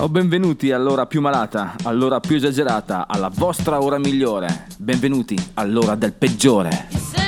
O benvenuti all'ora più malata, all'ora più esagerata, alla vostra ora migliore. Benvenuti all'ora del peggiore.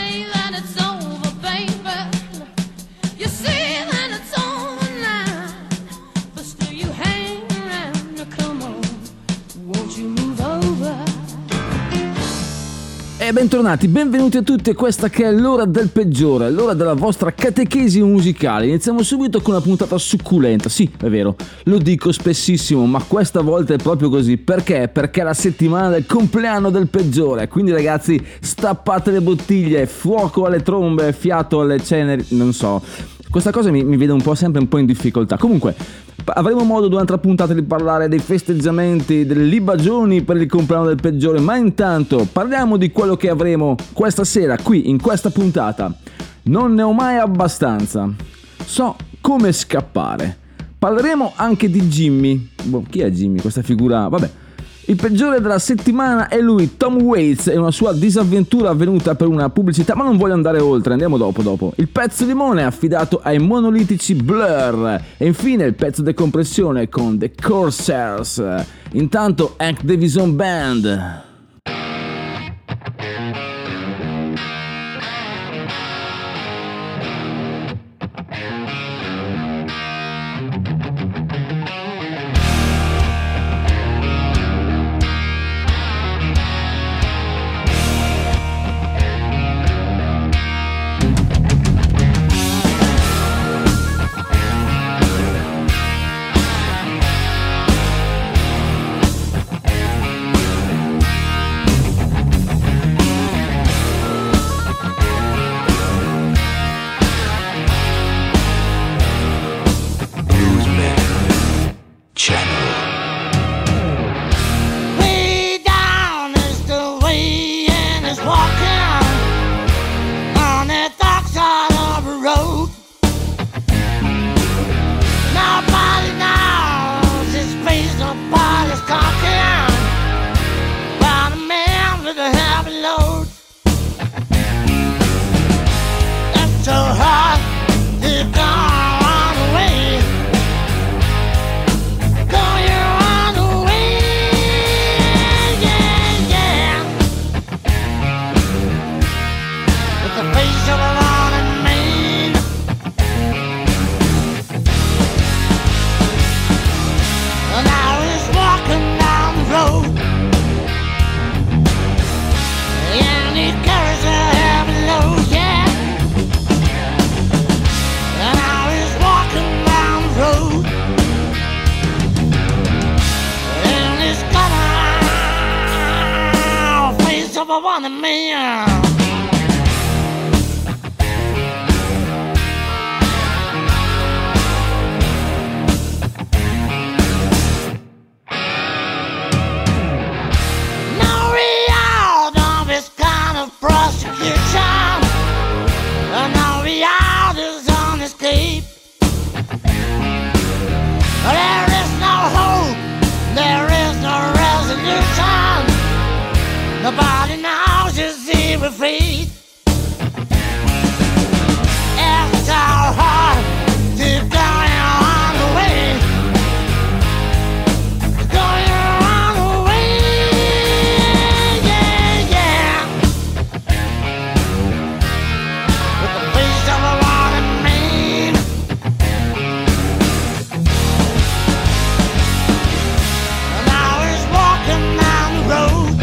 E bentornati, benvenuti a tutti, questa che è l'ora del peggiore, l'ora della vostra catechesi musicale. Iniziamo subito con una puntata succulenta, sì, è vero, lo dico spessissimo, ma questa volta è proprio così. Perché? Perché è la settimana del compleanno del peggiore, quindi ragazzi, stappate le bottiglie, fuoco alle trombe, fiato alle ceneri, non so. Questa cosa mi vede sempre un po' in difficoltà. Comunque, avremo modo durante la puntata di parlare dei festeggiamenti, delle libagioni per il compleanno del peggiore, ma intanto parliamo di quello che avremo questa sera qui in questa puntata. Non ne ho mai abbastanza. So come scappare. Parleremo anche di Jimmy. Chi è Jimmy? Questa figura... Vabbè. Il peggiore della settimana è lui, Tom Waits, e una sua disavventura avvenuta per una pubblicità, ma non voglio andare oltre, andiamo dopo. Il pezzo limone è affidato ai monolitici Blur, e infine il pezzo decompressione con The Corsairs. Intanto Hank Davison Band. Nobody knows you see with faith. It's so hard to go on the way. Going on the way, yeah, yeah. With the face of a wanted man. And I was walking down the road.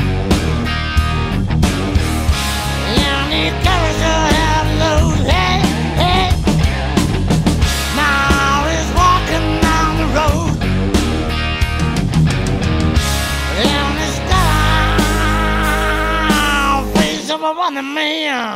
I want a man.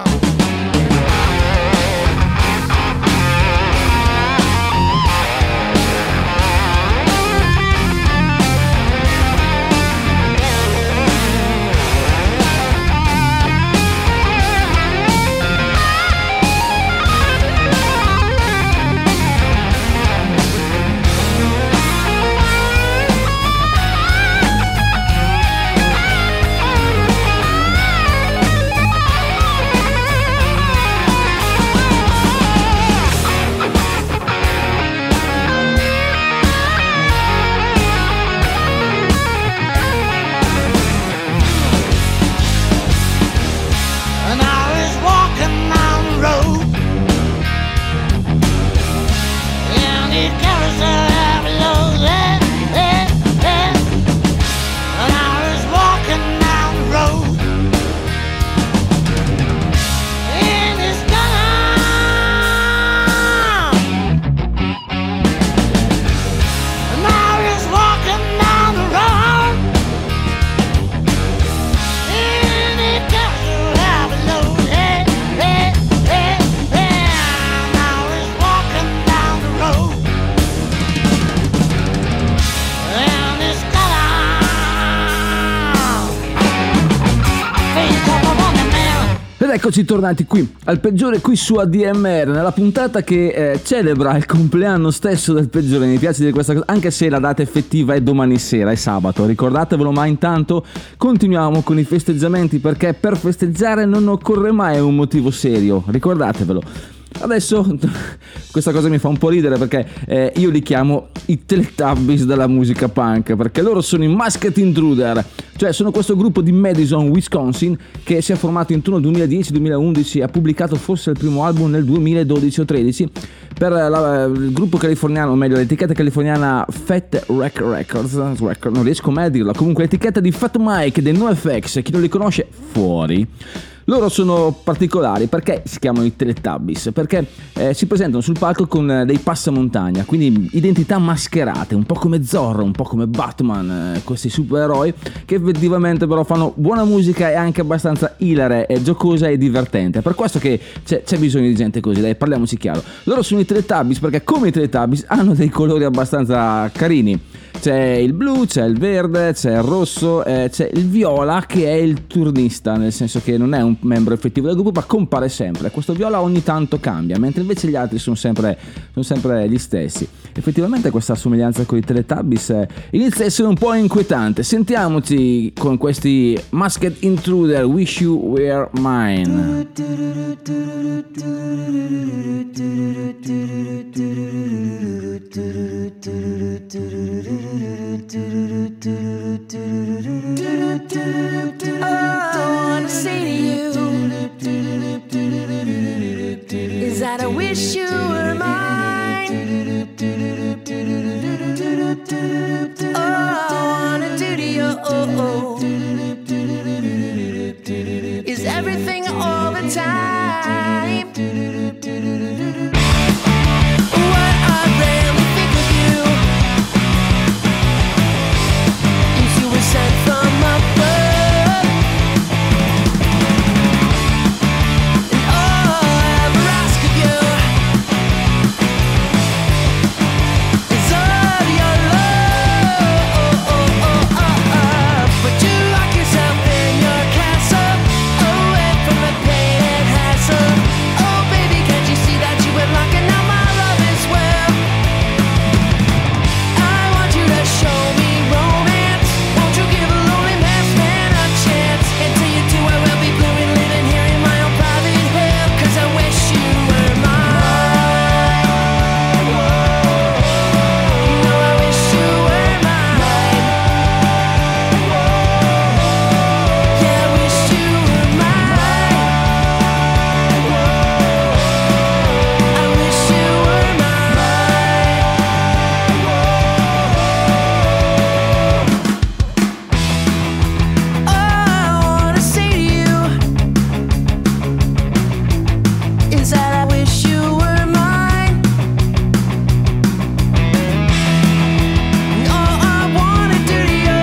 Ed eccoci tornati qui al Peggiore, qui su ADMR, nella puntata che celebra il compleanno stesso del Peggiore. Mi piace dire questa cosa, anche se la data effettiva è domani sera, è sabato, ricordatevelo, ma intanto continuiamo con i festeggiamenti, perché per festeggiare non occorre mai un motivo serio, ricordatevelo. Adesso questa cosa mi fa un po' ridere, perché io li chiamo i Teletubbies della musica punk, perché loro sono i Masked Intruder, cioè sono questo gruppo di Madison, Wisconsin, che si è formato intorno al 2010-2011 e ha pubblicato forse il primo album nel 2012 o 13 per il gruppo californiano, o meglio l'etichetta californiana Fat Wreck Records, non riesco mai a dirla, comunque l'etichetta di Fat Mike dei NoFX, chi non li conosce fuori. Loro sono particolari perché si chiamano i Teletubbies, perché si presentano sul palco con dei passamontagna, quindi identità mascherate, un po' come Zorro, un po' come Batman, questi supereroi che effettivamente però fanno buona musica e anche abbastanza ilare, giocosa e divertente. Per questo che c'è bisogno di gente così, dai, parliamoci chiaro. Loro sono i Teletubbies perché, come i Teletubbies, hanno dei colori abbastanza carini. C'è il blu, c'è il verde, c'è il rosso, c'è il viola, che è il turnista, nel senso che non è un membro effettivo del gruppo ma compare sempre. Questo viola ogni tanto cambia, mentre invece gli altri sono sempre gli stessi. Effettivamente questa somiglianza con i Teletubbies inizia a essere un po' inquietante. Sentiamoci con questi Masked Intruder, Wish You Were Mine. I wanna say to you is that I wish you were mine. Oh, I wanna do to you is everything all the time. What I really think of you is you were sent from above, and all I ever ask of you is all your love. But you lock yourself in your castle, away from the pain and hassle. Oh baby, can't you see that you've been locking out my love as well? I want you to show me romance. Won't you give a lonely masked man a chance? Until you do, I will be blue and living here in my own private hell. 'Cause I wish you were mine. No, I wish you were mine. Yeah, I wish you were mine. I wish you were mine. All I wanna say to you is that I wish you were mine. And all I wanna do to you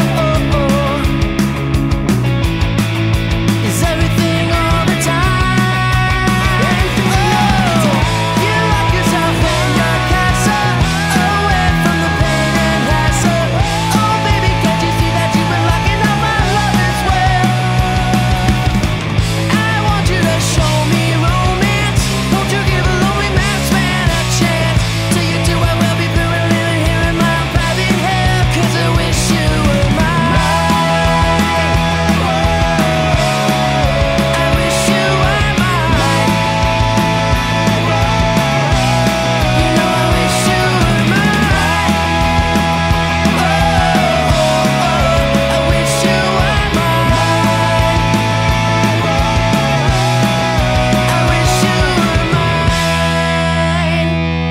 is everything all the time. Oh, you lock yourself in your castle, away from the pain and hassle. Oh baby, can't you see that you've been locking out my love as well? I want you to show me romance. Won't you give a lonely masked man a chance? Till you do, I will be blue and living here in my own private hell. 'Cause I wish you were mine. I wish you were mine. You know I wish you were mine. I wish you were mine. I wish you were mine.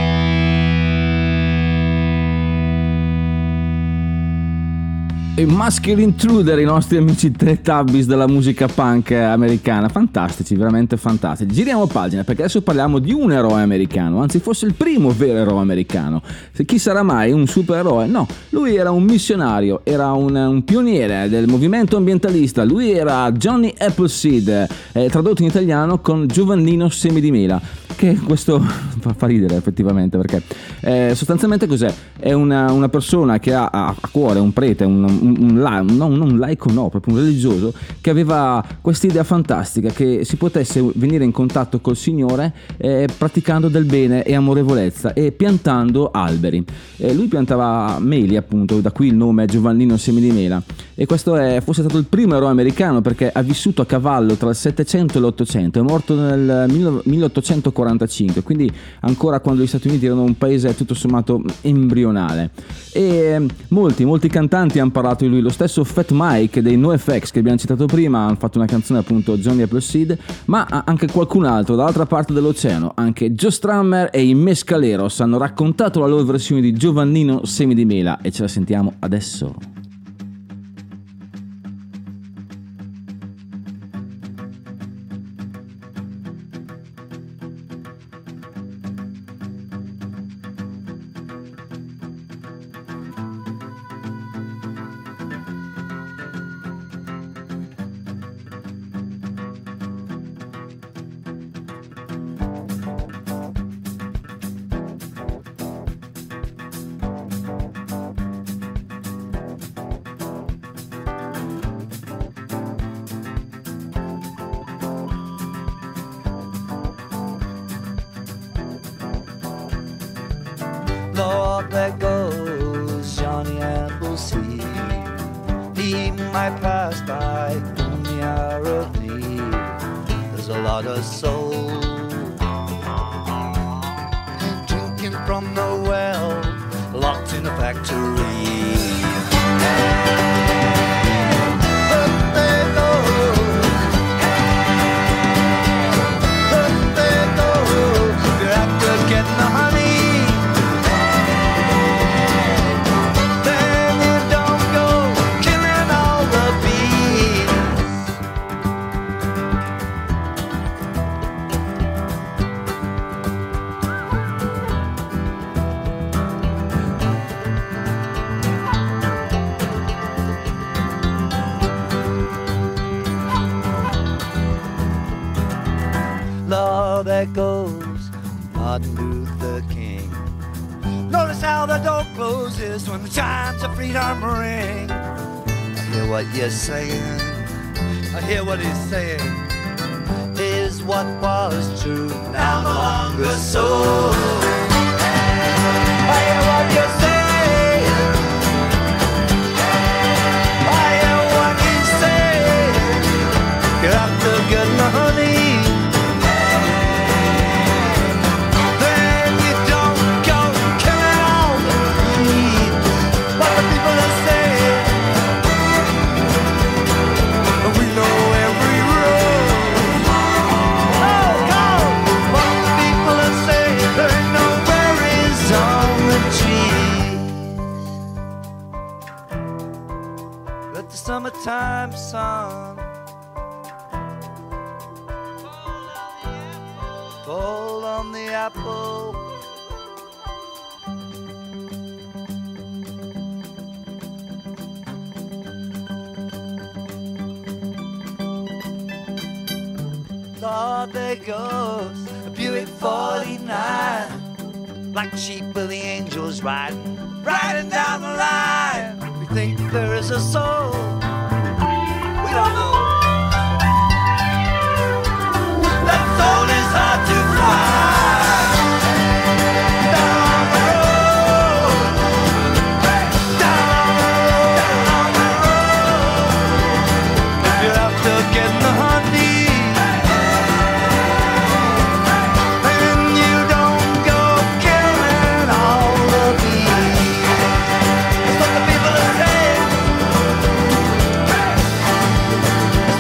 I Masked Intruder, i nostri amici Teletubbies della musica punk americana, fantastici, veramente fantastici. Giriamo pagina, perché adesso parliamo di un eroe americano, anzi forse il primo vero eroe americano. Chi sarà mai un supereroe? No, lui era un missionario, era un pioniere del movimento ambientalista. Lui era Johnny Appleseed, tradotto in italiano con Giovannino Semi di Mela, che questo fa ridere effettivamente, perché sostanzialmente cos'è? È una persona che ha a cuore, un prete, un non un laico, no, proprio un religioso, che aveva questa idea fantastica che si potesse venire in contatto col Signore praticando del bene e amorevolezza e piantando alberi. Lui piantava meli, appunto, da qui il nome Giovannino Semi di Mela, e questo è forse stato il primo eroe americano perché ha vissuto a cavallo tra il 700 e l'800, è morto nel 1845, quindi ancora quando gli Stati Uniti erano un paese tutto sommato embrionale, e molti cantanti hanno parlato di lui. Lo stesso Fat Mike dei NoFX che abbiamo citato prima hanno fatto una canzone, appunto, Johnny Appleseed, ma anche qualcun altro dall'altra parte dell'oceano, anche Joe Strummer e i Mescaleros hanno raccontato la loro versione di Giovannino Semi di Mela e ce la sentiamo adesso. Lord, there goes Johnny Appleseed. He might pass by in the hour of need. There's a lot of souls drinking from the well, locked in a factory. But there goes, you're after getting the honey. Lord, there goes Martin Luther King. Notice how the door closes when the chimes of freedom ring. I hear what you're saying, I hear what he's saying. Is what was true now no longer so? I hear what you're saying, I hear what he's saying. You're after getting the honey. Summertime sun fall on the apple. Lord, there goes a Buick 49, like sheep with the angels riding down the line. We think there is a soul. We don't know. That soul is hard to find. Down the road, down the road. If you're after getting the honey, then you don't go killing all the bees. That's what the people are saying.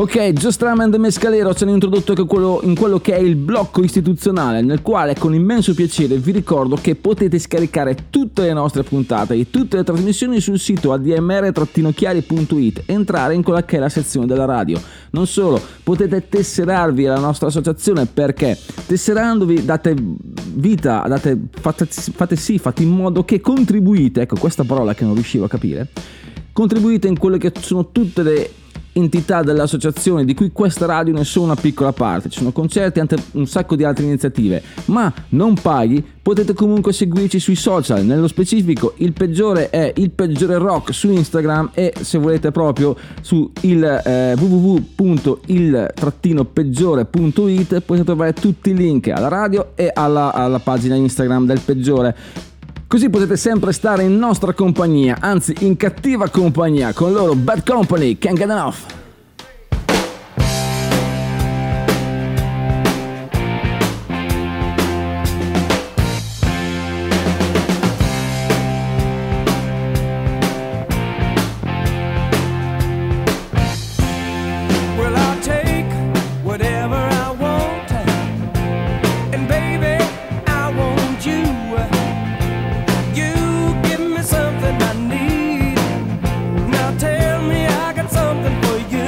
Ok, Joe Strummer e Mescalero ci hanno introdotto in quello che è il blocco istituzionale, nel quale con immenso piacere vi ricordo che potete scaricare tutte le nostre puntate e tutte le trasmissioni sul sito admr-chiari.it e entrare in quella che è la sezione della radio. Non solo, potete tesserarvi alla nostra associazione, perché tesserandovi fate in modo che contribuite, ecco questa parola che non riuscivo a capire, contribuite in quelle che sono tutte le entità dell'associazione, di cui questa radio ne è solo una piccola parte. Ci sono concerti e un sacco di altre iniziative, ma non paghi, potete comunque seguirci sui social. Nello specifico il peggiore è il peggiore rock su Instagram, e se volete proprio su il www.il-peggiore.it potete trovare tutti i link alla radio e alla pagina Instagram del peggiore. Così potete sempre stare in nostra compagnia, anzi in cattiva compagnia, con loro Bad Company, Can't Get Enough. Well, I'll take whatever I want, and baby, I want you. You give me something I need. Now tell me I got something for you.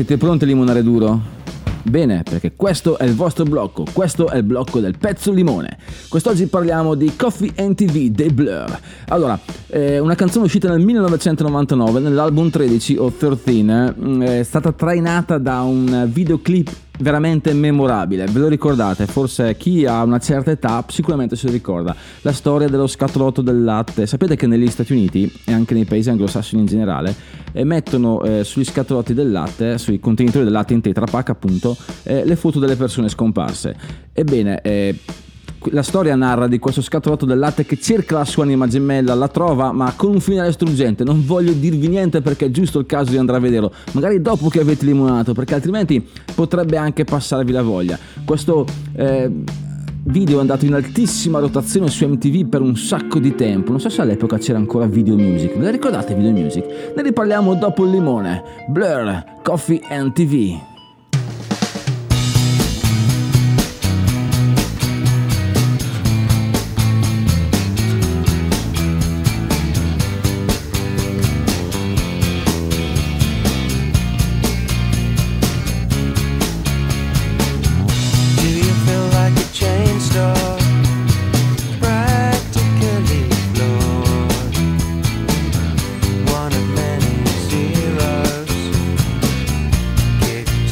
siete pronti a limonare duro? Bene, perché questo è il vostro blocco, questo è il blocco del pezzo limone. Quest'oggi parliamo di Coffee and TV dei Blur. Allora, una canzone uscita nel 1999 nell'album 13 o 13, è stata trainata da un videoclip veramente memorabile. Ve lo ricordate? Forse chi ha una certa età sicuramente se lo ricorda. La storia dello scatolotto del latte. Sapete che negli Stati Uniti e anche nei paesi anglosassoni in generale mettono sugli scatolotti del latte, sui contenitori del latte in Tetra Pak appunto, le foto delle persone scomparse. Ebbene, la storia narra di questo scatolotto del latte che cerca la sua anima gemella, la trova ma con un finale struggente. Non voglio dirvi niente perché è giusto il caso di andare a vederlo, magari dopo che avete limonato, perché altrimenti potrebbe anche passarvi la voglia. Questo video è andato in altissima rotazione su MTV per un sacco di tempo. Non so se all'epoca c'era ancora Video Music. Ve la ricordate Video Music? Ne riparliamo dopo il limone. Blur, Coffee and TV. One of many zeros.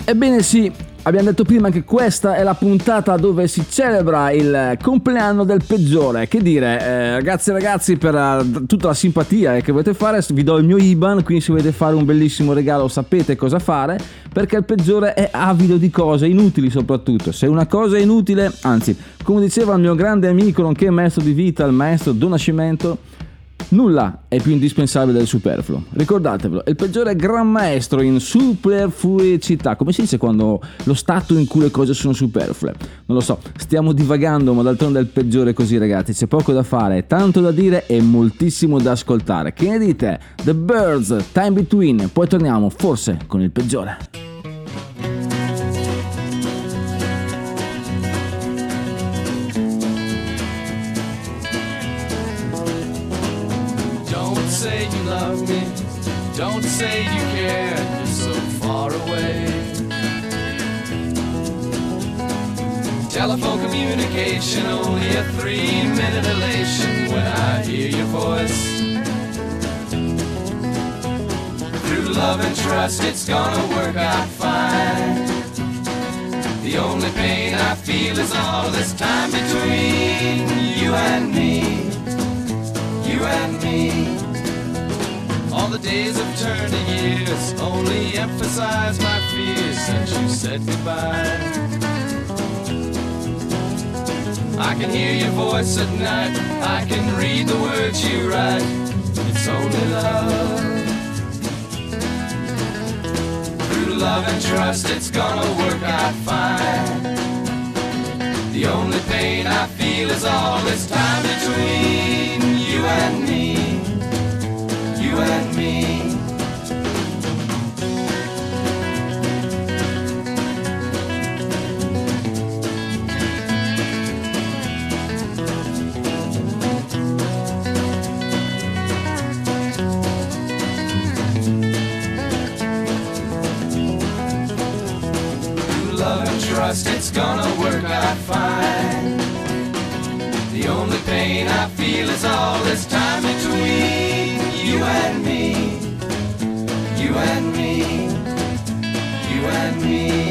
Ebbene sì, abbiamo detto prima che questa è la puntata dove si celebra il compleanno del peggiore. Che dire, ragazzi e ragazzi, per tutta la simpatia che volete fare, vi do il mio IBAN, quindi se volete fare un bellissimo regalo sapete cosa fare, perché il peggiore è avido di cose inutili soprattutto. Se una cosa è inutile, anzi, come diceva il mio grande amico nonché maestro di vita, il maestro Don Nascimento, nulla è più indispensabile del superfluo. Ricordatevelo, il peggiore è gran maestro in superfluicità. Come si dice quando lo stato in cui le cose sono superflue? Non lo so, stiamo divagando, ma d'altronde è il peggiore così, ragazzi. C'è poco da fare, tanto da dire e moltissimo da ascoltare. Che ne dite? The Birds, Time Between. Poi torniamo, forse, con il peggiore. Say you love me, don't say you care, you're so far away. Telephone communication, only a 3-minute elation when I hear your voice. Through love and trust, it's gonna work out fine. The only pain I feel is all this time between you and me, you and me. All the days have turned to years, only emphasize my fears since you said goodbye. I can hear your voice at night, I can read the words you write. It's only love. Through love and trust, it's gonna work out fine. The only pain I feel is all this time between you and me, you and me. Through love and trust, it's gonna work out fine. The only pain I feel is all this time between you and me, you and me, you and me.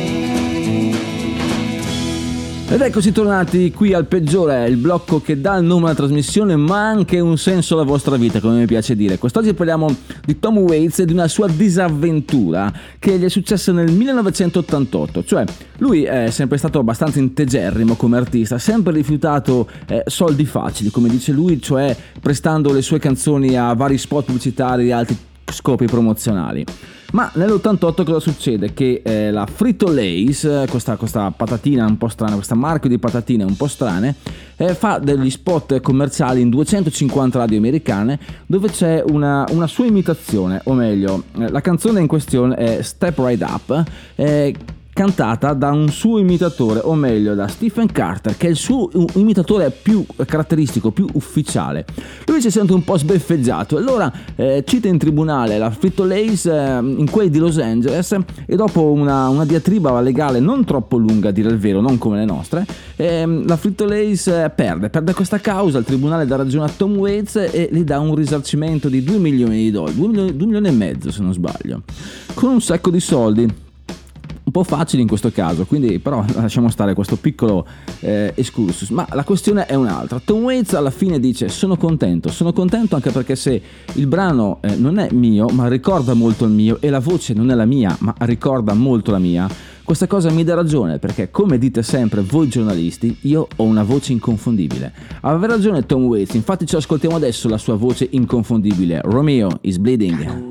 Ed eccoci tornati qui al peggiore, il blocco che dà il nome alla trasmissione ma anche un senso alla vostra vita, come mi piace dire. Quest'oggi parliamo di Tom Waits e di una sua disavventura che gli è successa nel 1988. Cioè, lui è sempre stato abbastanza integerrimo come artista, ha sempre rifiutato soldi facili, come dice lui, cioè prestando le sue canzoni a vari spot pubblicitari e altri scopi promozionali. Ma nell'88 cosa succede? Che la Frito-Lay's, questa patatina un po' strana, questa marchio di patatine un po' strane, fa degli spot commerciali in 250 radio americane dove c'è una sua imitazione, o meglio, la canzone in questione è Step Right Up, cantata da un suo imitatore, o meglio da Stephen Carter, che è il suo imitatore più caratteristico, più ufficiale. Lui si sente un po' sbeffeggiato e allora cita in tribunale la Frito-Lay's in quei di Los Angeles e dopo una diatriba legale non troppo lunga, a dire il vero, non come le nostre, la Frito-Lay's perde questa causa, il tribunale dà ragione a Tom Waits e gli dà un risarcimento di $2 milioni, 2 milioni e mezzo se non sbaglio, con un sacco di soldi. Un po' facile in questo caso, quindi però lasciamo stare questo piccolo excursus. Ma la questione è un'altra. Tom Waits alla fine dice sono contento anche perché se il brano non è mio ma ricorda molto il mio e la voce non è la mia ma ricorda molto la mia, questa cosa mi dà ragione perché, come dite sempre voi giornalisti, io ho una voce inconfondibile. Aveva ragione Tom Waits, infatti ci ascoltiamo adesso la sua voce inconfondibile. Romeo is Bleeding.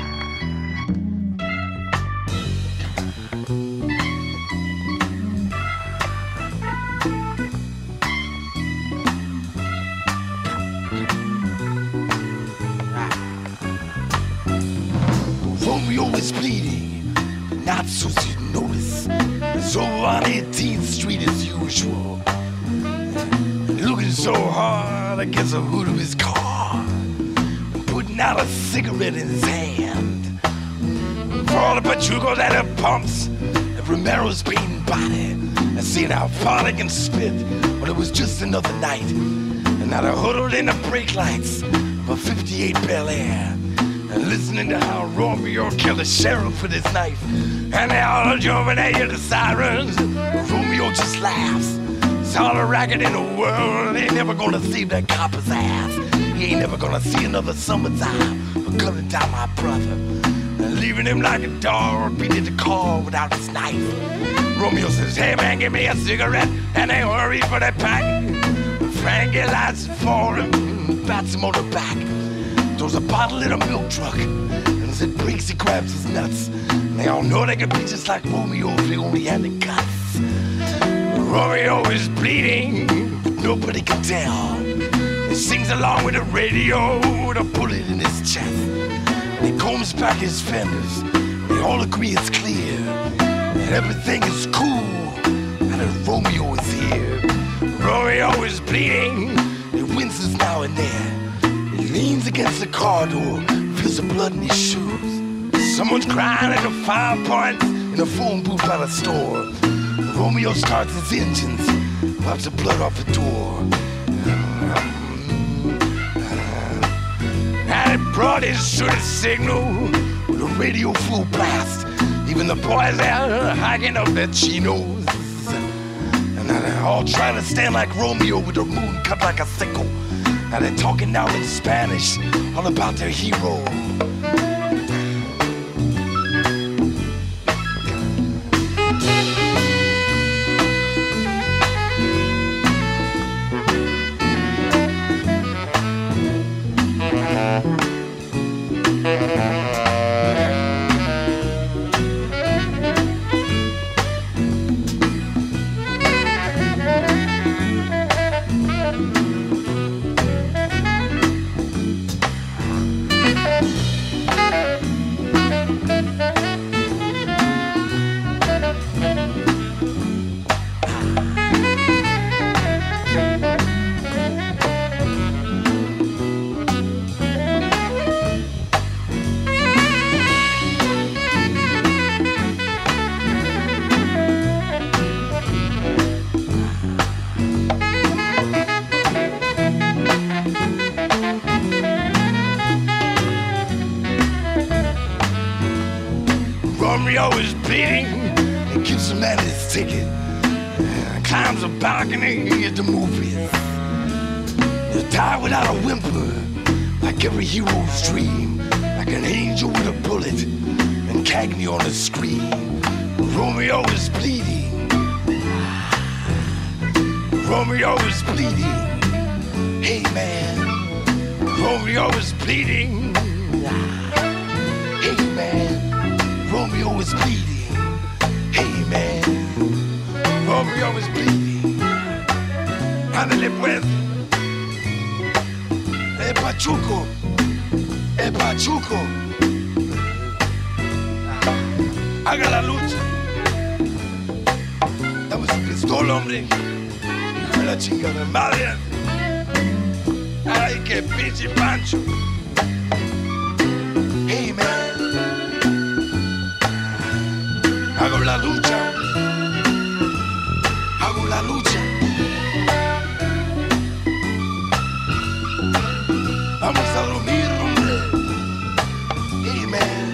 Romeo is bleeding, not so you notice. So on 18th Street as usual, looking so hard against the hood of his car, putting out a cigarette in his hand. For all the pachucos at the pumps, and Romero's beaten body, and seeing how far they can spit, but it was just another night. And now they're huddled in the brake lights of a 58 Bel Air. and listening to how Romeo killed the sheriff with his knife. And they all jumping at you, the sirens. Romeo just laughs. It's all the racket in the world. They ain't never gonna save that copper's ass. He ain't never gonna see another summertime. But cutting down my brother and leaving him like a dog beating the car without his knife. Romeo says, hey man, give me a cigarette, and they hurry for that pack. Frankie lights it for him, pats him on the back. Throws a bottle in a milk truck, and as it breaks, he grabs his nuts. And they all know they could be just like Romeo if they only had the guts. Romeo is bleeding, but nobody can tell. He sings along with the radio with a bullet in his chest. And he combs back his fenders. They all agree it's clear that everything is cool, and that Romeo is here. Romeo is bleeding, he winces now and then. He leans against the car door, feels the blood in his shoes. Someone's crying at the 5 points in a phone booth by the store. Romeo starts his engines, wipes the blood off the door. And it brought his shooting signal with a radio full blast. Even the boys there hiking up their chinos. And now they're all trying to stand like Romeo with their moon cut like a sickle. Now they're talking now in Spanish, all about their hero. Romeo is bleeding, and gives the man his ticket. Climbs a balcony at the movies. You die without a whimper, like every hero's dream, like an angel with a bullet, and Cagney on the screen. Romeo is bleeding. Romeo is bleeding. Hey man, Romeo is bleeding. Hey man. Romeo is bleeding. Hey man, Romeo is bleeding. Ándale pues. Pachuco. Pachuco. Haga la lucha. Dame su pistola, hombre. Hijo de la chingada madre. Ay, qué pinche Pancho. Hey man. Hago la lucha, hago la lucha. Vamos a dormir, hombre. Hey, man.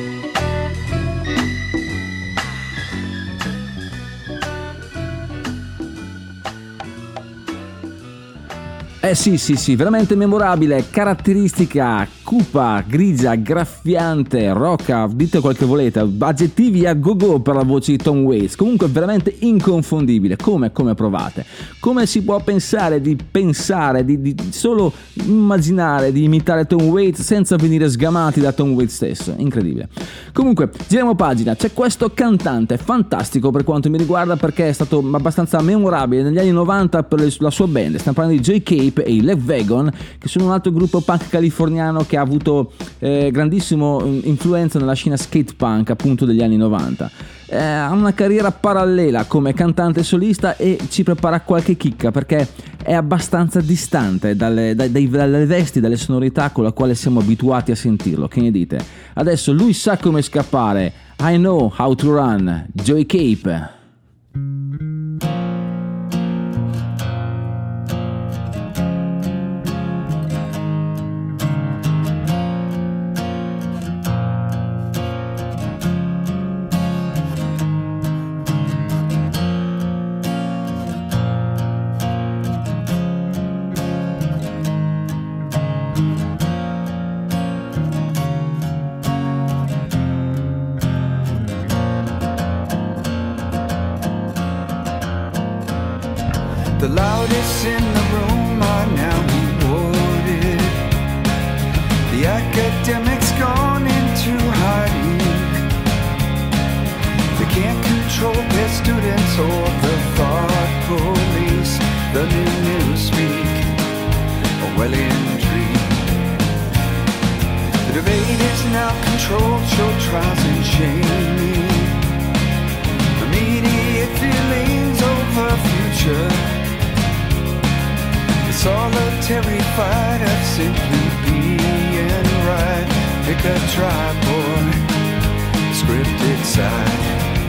Sì, veramente memorabile, caratteristica, cupa, grigia, graffiante, rocca, dite quel che volete, aggettivi a go-go per la voce di Tom Waits, comunque veramente inconfondibile, come provate? Come si può pensare, di solo immaginare di imitare Tom Waits senza venire sgamati da Tom Waits stesso, incredibile. Comunque, giriamo pagina, c'è questo cantante fantastico per quanto mi riguarda perché è stato abbastanza memorabile negli anni 90 per la sua band, stiamo parlando di Joy Cape e i Left Wagon, che sono un altro gruppo punk californiano che ha avuto grandissimo influenza nella scena skate punk appunto degli anni 90. Ha una carriera parallela come cantante solista e ci prepara qualche chicca perché è abbastanza distante dalle vesti, dalle sonorità con la quale siamo abituati a sentirlo. Che ne dite? Adesso lui sa come scappare. I Know How to Run, Joy Cape. swelling dream. The debate is now controlled, show trials and shame. Immediate feelings over future. The solitary fight of simply being right. Pick a tribe or scripted side.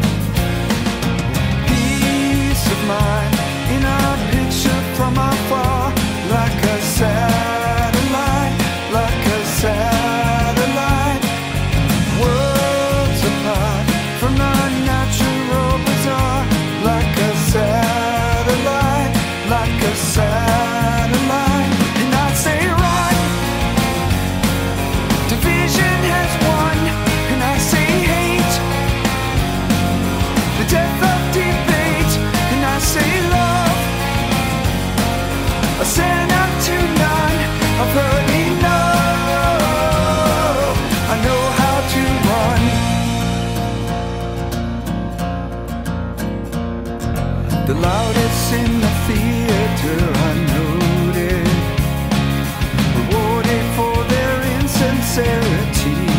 Peace of mind in our picture from afar, like a satellite, like a satellite. Worlds apart from the natural bazaar, like a satellite, like a satellite. And I say right, division has won, and I say hate, the death of debate, and I say love, I send out to none, I've heard enough, I know how to run. The loudest in the theater I noted, rewarded for their insincerity,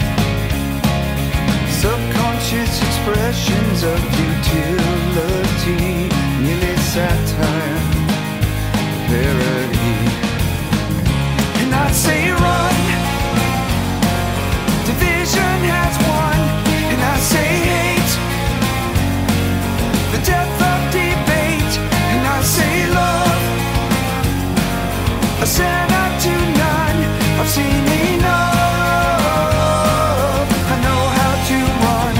subconscious expressions of futility, nearly satire, parody. And I say run, division has won, and I say hate, the death of debate, and I say love, I send out to none, I've seen enough, I know how to run.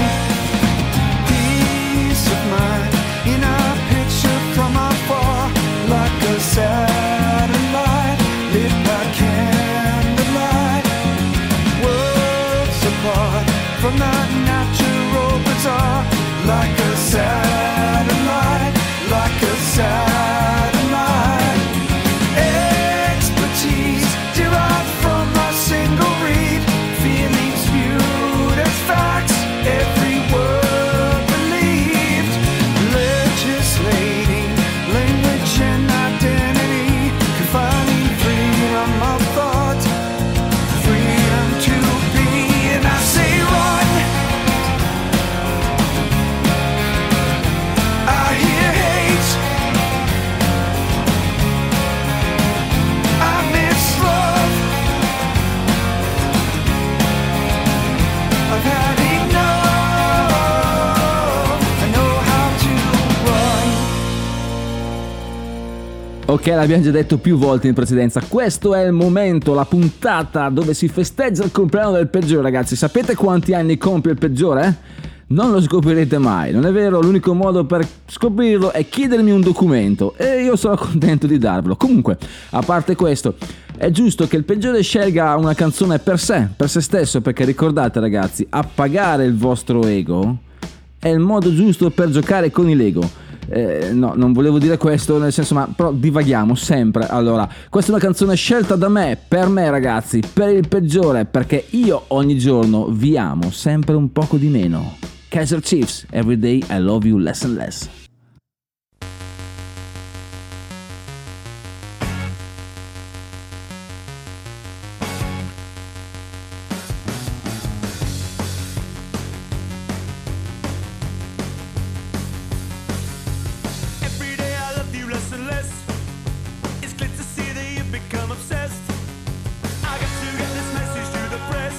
Peace of mind in a picture from afar, like a satellite lit by candlelight. Worlds apart from the natural bazaar, like a satellite, like a satellite. Expertise derived from a single read, feelings viewed as facts, every word believed. Legislating language and identity, confining freedom of thought, freedom to be. And I say run, I hear hate, I miss love, I've had enough, I know how to run. Ok, l'abbiamo già detto più volte in precedenza, questo è il momento, la puntata dove si festeggia il compleanno del peggiore, ragazzi. Sapete quanti anni compie il peggiore? Non lo scoprirete mai, non è vero? L'unico modo per scoprirlo è chiedermi un documento e io sono contento di darvelo. Comunque, a parte questo, è giusto che il peggiore scelga una canzone per sé stesso, perché ricordate ragazzi, appagare il vostro ego è il modo giusto per giocare con i Lego. No, non volevo dire questo, nel senso, ma però divaghiamo sempre. Allora, questa è una canzone scelta da me, per me ragazzi, per il peggiore, perché io ogni giorno vi amo sempre un poco di meno. Kaiser Chiefs, Every Day I Love You Less and Less. Every day I love you less and less. It's clear to see that you've become obsessed. I got to get this message to the press.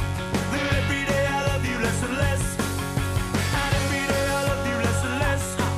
That every day I love you less and less. And every day I love you less and less.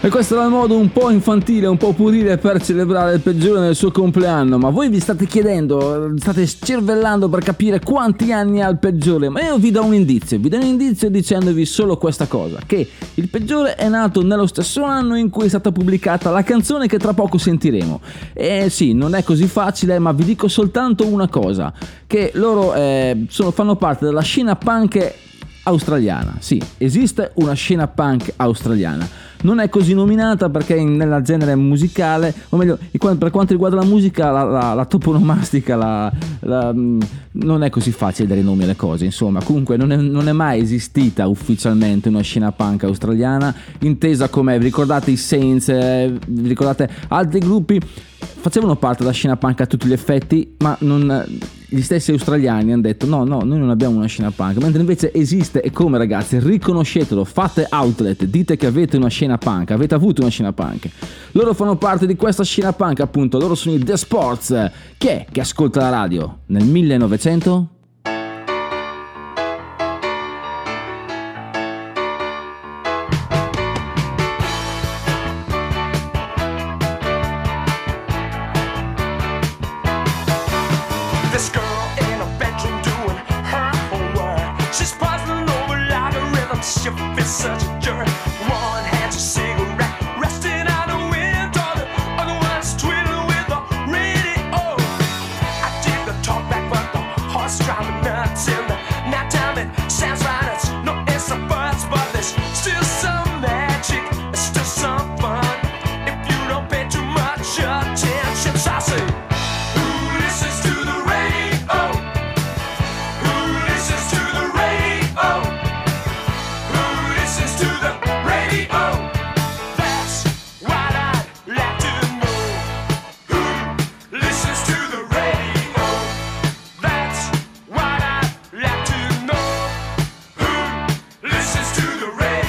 E questo era il modo un po' infantile, un po' puerile per celebrare il peggiore nel suo compleanno. Ma voi vi state chiedendo, state scervellando per capire quanti anni ha il peggiore. Ma io vi do un indizio dicendovi solo questa cosa: che il peggiore è nato nello stesso anno in cui è stata pubblicata la canzone che tra poco sentiremo. E sì, non è così facile, ma vi dico soltanto una cosa: che loro fanno parte della scena punk australiana. Sì, esiste una scena punk australiana. Non è così nominata perché nella genere musicale, o meglio, per quanto riguarda la musica, la toponomastica, non è così facile dare nomi alle cose. Insomma, comunque non è mai esistita ufficialmente una scena punk australiana, intesa come, vi ricordate i Saints, vi ricordate altri gruppi? Facevano parte della scena punk a tutti gli effetti, ma gli stessi australiani hanno detto no, noi non abbiamo una scena punk, mentre invece esiste. E come, ragazzi? Riconoscetelo, fate outlet, dite che avete una scena punk, avete avuto una scena punk. Loro fanno parte di questa scena punk, appunto. Loro sono i The Sports. Chi è che ascolta la radio nel 1900? This girl in a bedroom doing her homework. She's puzzling over logarithms. She feels such a jerk. One hand's a cigarette resting out the window. The other one's twiddling with the radio. I dig the talk back, but the horse driving nuts in the nighttime. It sounds right. It's no ifs or buts, but there's still some magic. There's still some fun if you don't pay too much attention. So I say, who listens to the radio? Who listens to the radio? Who listens to the radio? That's what I'd like to know. Who listens to the radio? That's what I'd like to know. Who listens to the radio?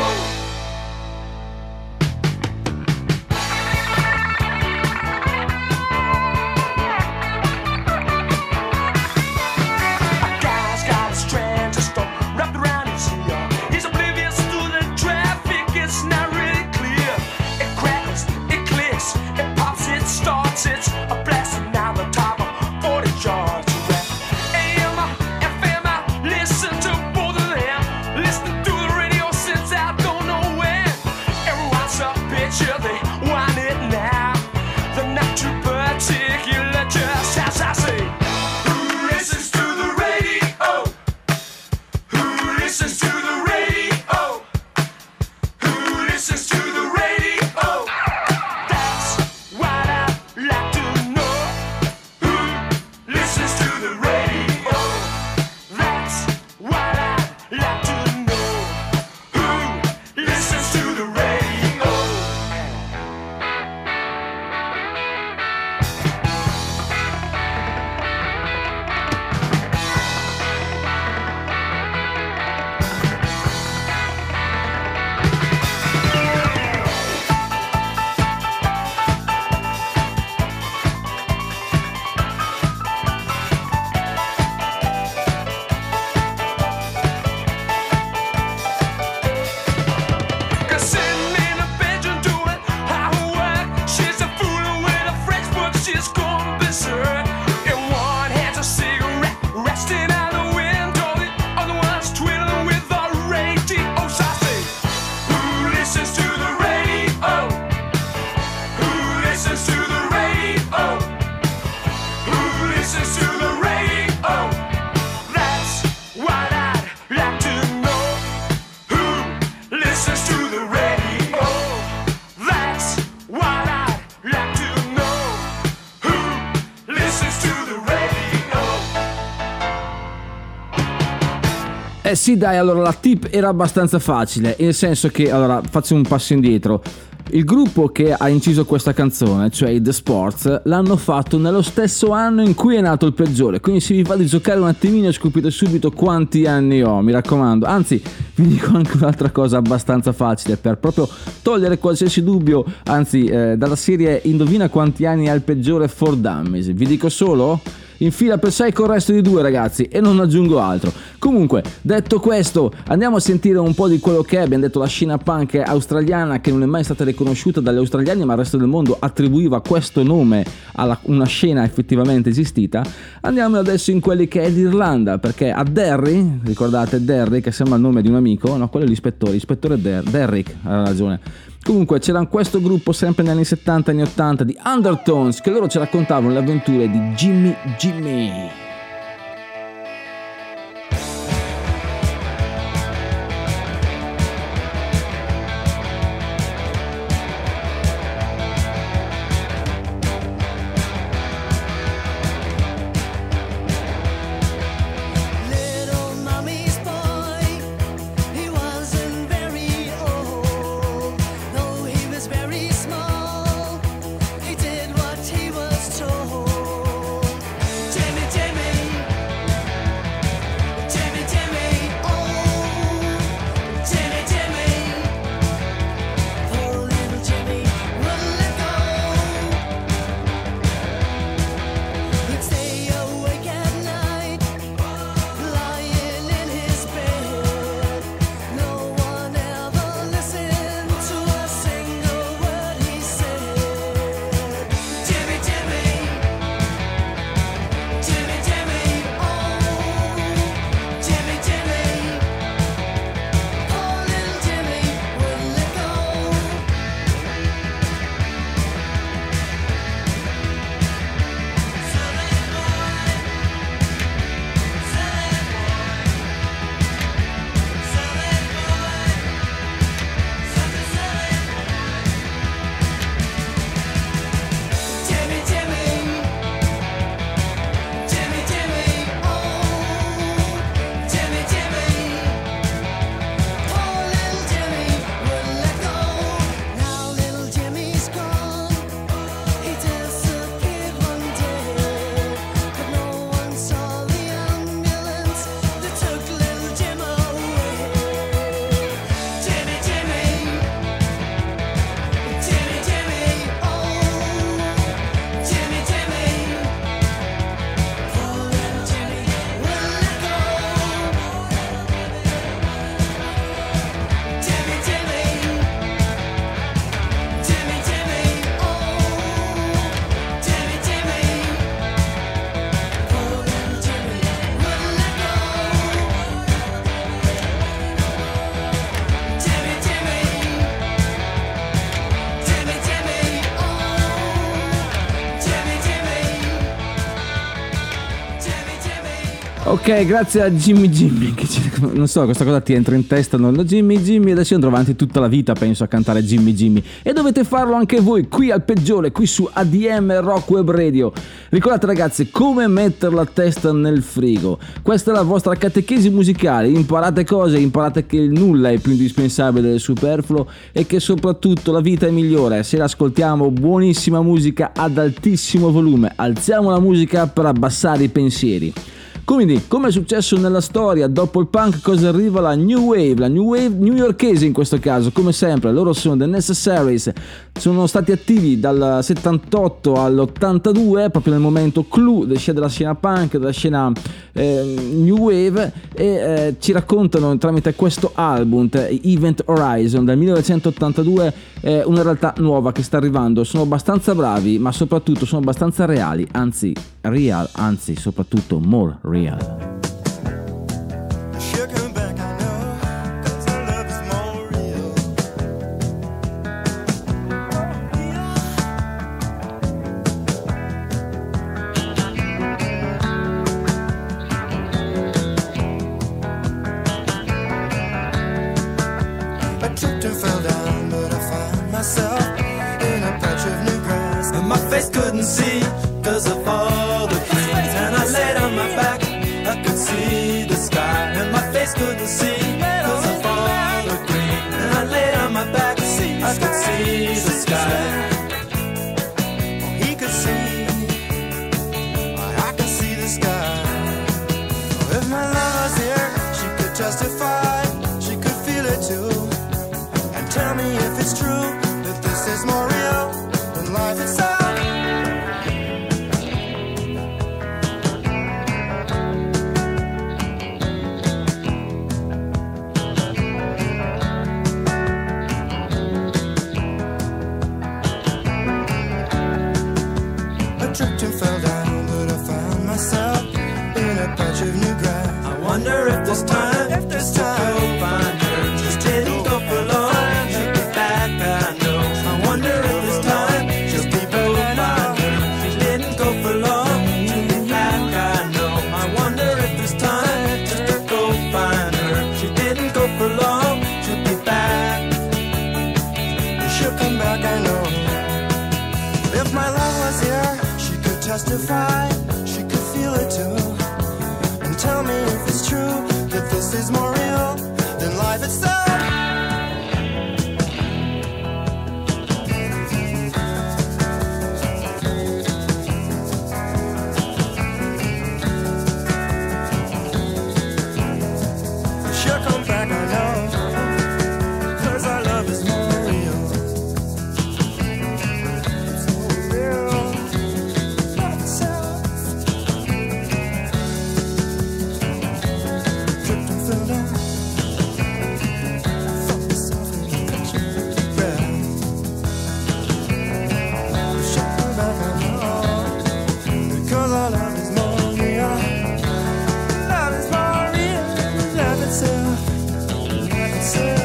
A guy's got his transistor wrapped around his ear. He's oblivious to the traffic, it's not really clear. It crackles, it clicks, it pops, it starts, it's a blasting out the top of 40 yards. AM, FM, I listen to both of them. Listening to the radio since I don't know when. Everyone's a picture, they want it now. They're not too particular, just as I say. Who listens to the radio? Who listens to the radio? Who listens to the radio? That's what I'd like to know. Who listens to the radio? That's what I'd like to know. Who listens to the radio? Cause sitting in a bedroom doing housework, she's a fool with a French, but she's gone berserk. In one hand's a cigarette resting out the window, the other one's twiddling with the radio. So I say, who listens to the radio? Who listens to the radio? Who listens to the radio? That's what I'd like to know. Who listens to the radio? That's what I'd like to know. Who listens to the radio? Eh sì, dai, allora la tip era abbastanza facile, nel senso che, allora, faccio un passo indietro. Il gruppo che ha inciso questa canzone, cioè i The Sports, l'hanno fatto nello stesso anno in cui è nato il peggiore, quindi se vi va di giocare un attimino scoprite subito quanti anni ho, mi raccomando. Anzi, vi dico anche un'altra cosa abbastanza facile per proprio togliere qualsiasi dubbio, anzi, dalla serie Indovina quanti anni ha il peggiore for Dummies. Vi dico solo in fila per 6 col resto di 2, ragazzi, e non aggiungo altro. Comunque, detto questo, andiamo a sentire un po' di quello che è. Abbiamo detto la scena punk australiana, che non è mai stata riconosciuta dagli australiani, ma il resto del mondo attribuiva questo nome a una scena effettivamente esistita. Andiamo adesso in quelli che è l'Irlanda, perché a Derry, ricordate Derry, che sembra il nome di un amico, no, quello è l'ispettore Derrick, ha ragione. Comunque c'era questo gruppo sempre negli anni 70 e anni 80 di Undertones, che loro ci raccontavano le avventure di Jimmy Jimmy. Little mommy's boy, he wasn't very old. Though he was very small, he did what he was told. Jimmy, Jimmy, Jimmy, Jimmy, oh, Jimmy, Jimmy. Poor little Jimmy wouldn't let go. He'd stay awake at night, lying in his bed. No one ever listened to a single word he said. Jimmy, Jimmy, Jimmy, Jimmy, oh, Jimmy, Jimmy. Poor little Jimmy wouldn't let go. Jimmy, Jimmy, Jimmy, Jimmy, oh, Jimmy, Jimmy. Poor little Jimmy wouldn't let go. Now little Jimmy's gone. He disappeared one day, but no one saw the ambulance that took little Jim away. Jimmy, Jimmy, Jimmy, Jimmy, oh, Jimmy, Jimmy. Poor little Jimmy wouldn't let go. Jimmy, Jimmy, Jimmy, Jimmy, oh, Jimmy, Jimmy. Poor little Jimmy wouldn't let go. Jimmy, Jimmy, Jimmy, Jimmy, oh, Jimmy, Jimmy, Jimmy, Jimmy. Ok, grazie a Jimmy Jimmy, che non so, questa cosa ti entra in testa, no? Jimmy Jimmy, adesso andrò avanti tutta la vita, penso, a cantare Jimmy Jimmy, e dovete farlo anche voi qui al peggiore, qui su ADM Rock Web Radio. Ricordate, ragazzi, come mettere la testa nel frigo. Questa è la vostra catechesi musicale. Imparate cose, imparate che il nulla è più indispensabile del superfluo, e che soprattutto la vita è migliore se ascoltiamo buonissima musica ad altissimo volume. Alziamo la musica per abbassare i pensieri. Quindi, come è successo nella storia, dopo il punk cosa arriva? La new wave newyorkese in questo caso, come sempre. Loro sono The Necessaries, sono stati attivi dal 78 all'82, proprio nel momento clou della scena punk, della scena new wave, e ci raccontano tramite questo album, Event Horizon del 1982, una realtà nuova che sta arrivando. Sono abbastanza bravi, ma soprattutto sono abbastanza reali, anzi soprattutto more real. Sugar back, I know, 'cause our love is more real. I tripped and fell down, but I found myself in a patch of new grass, and my face couldn't see 'cause of all the trees. And I laid on my back, I could see the sky, and my face couldn't see 'cause of all the green. And I laid on my back, I could see the sky. He could see, I could see the sky. If my love was here, she could testify, she could feel it too, and tell me if it's true that this is more real than life itself. this time, just to go find her. Just didn't go for long, she'll be back, I know. I wonder if this time she'll be go find her. She didn't go for long, she'll be back, I know. I wonder if this time, just to go find her. She didn't go for long, she'll be back. She'll come back, I know. If my love was here, she could testify, she could feel it too. And tell me if it's true that this is more real than life itself. She'll come back, I know, 'cause our love is more real. It's more real. Love itself. Tripped and fell down. Felt myself in the kitchen. Yeah. She'll come back, I know, because our love is more real. Love is more real. Love itself. Love itself.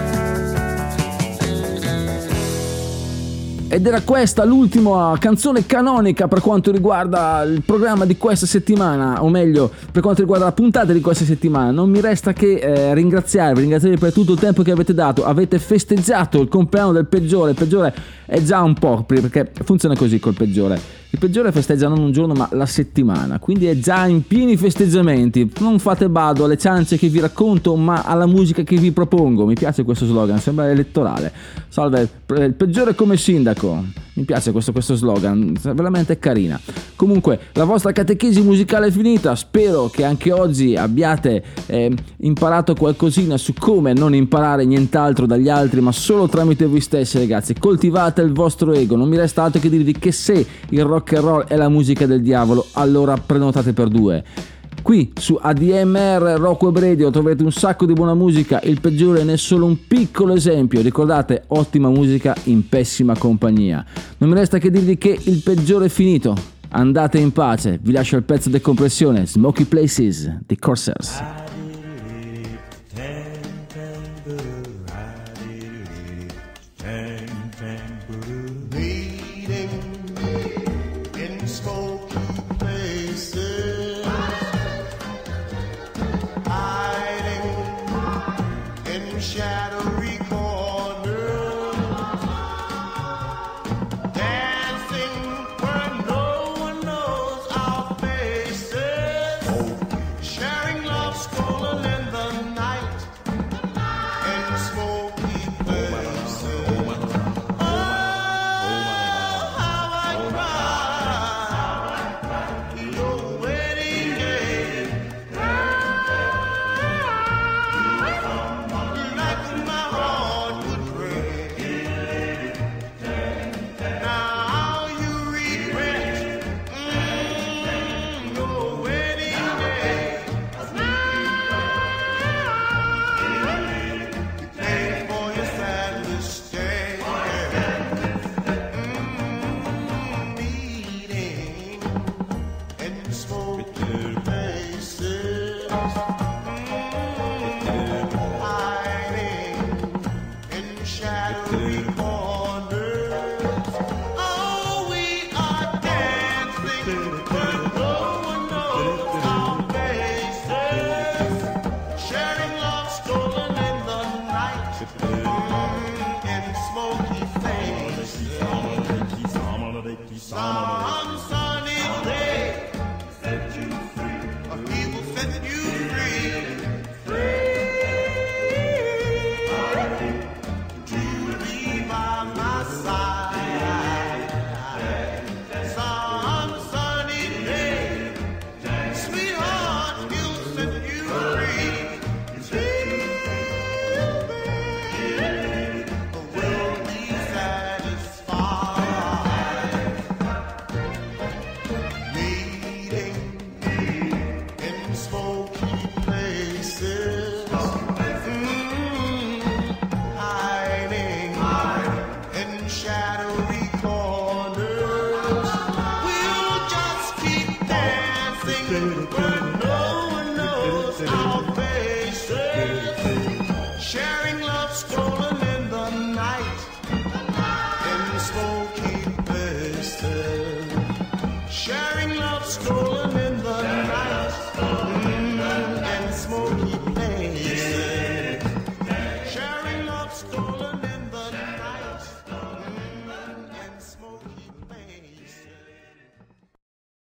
Ed era questa l'ultima canzone canonica per quanto riguarda il programma di questa settimana, o meglio, per quanto riguarda la puntata di questa settimana. Non mi resta che ringraziarvi per tutto il tempo che avete dato. Avete festeggiato il compleanno del peggiore. Il peggiore è già un po', perché funziona così col peggiore. Il peggiore festeggia non un giorno ma la settimana, quindi è già in pieni festeggiamenti. Non fate bado alle ciance che vi racconto, ma alla musica che vi propongo. Mi piace questo slogan, sembra elettorale. Salve, il peggiore come sindaco. Mi piace questo slogan, è veramente carina. Comunque, la vostra catechesi musicale è finita. Spero che anche oggi abbiate imparato qualcosina su come non imparare nient'altro dagli altri, ma solo tramite voi stessi, ragazzi. Coltivate il vostro ego. Non mi resta altro che dirvi che se il rock and roll è la musica del diavolo, allora prenotate per due. Qui su ADMR Rock Web Radio troverete un sacco di buona musica. Il peggiore ne è solo un piccolo esempio. Ricordate, ottima musica in pessima compagnia. Non mi resta che dirvi che il peggiore è finito. Andate in pace. Vi lascio il pezzo di decompressione, Smoky Places, The Corsairs.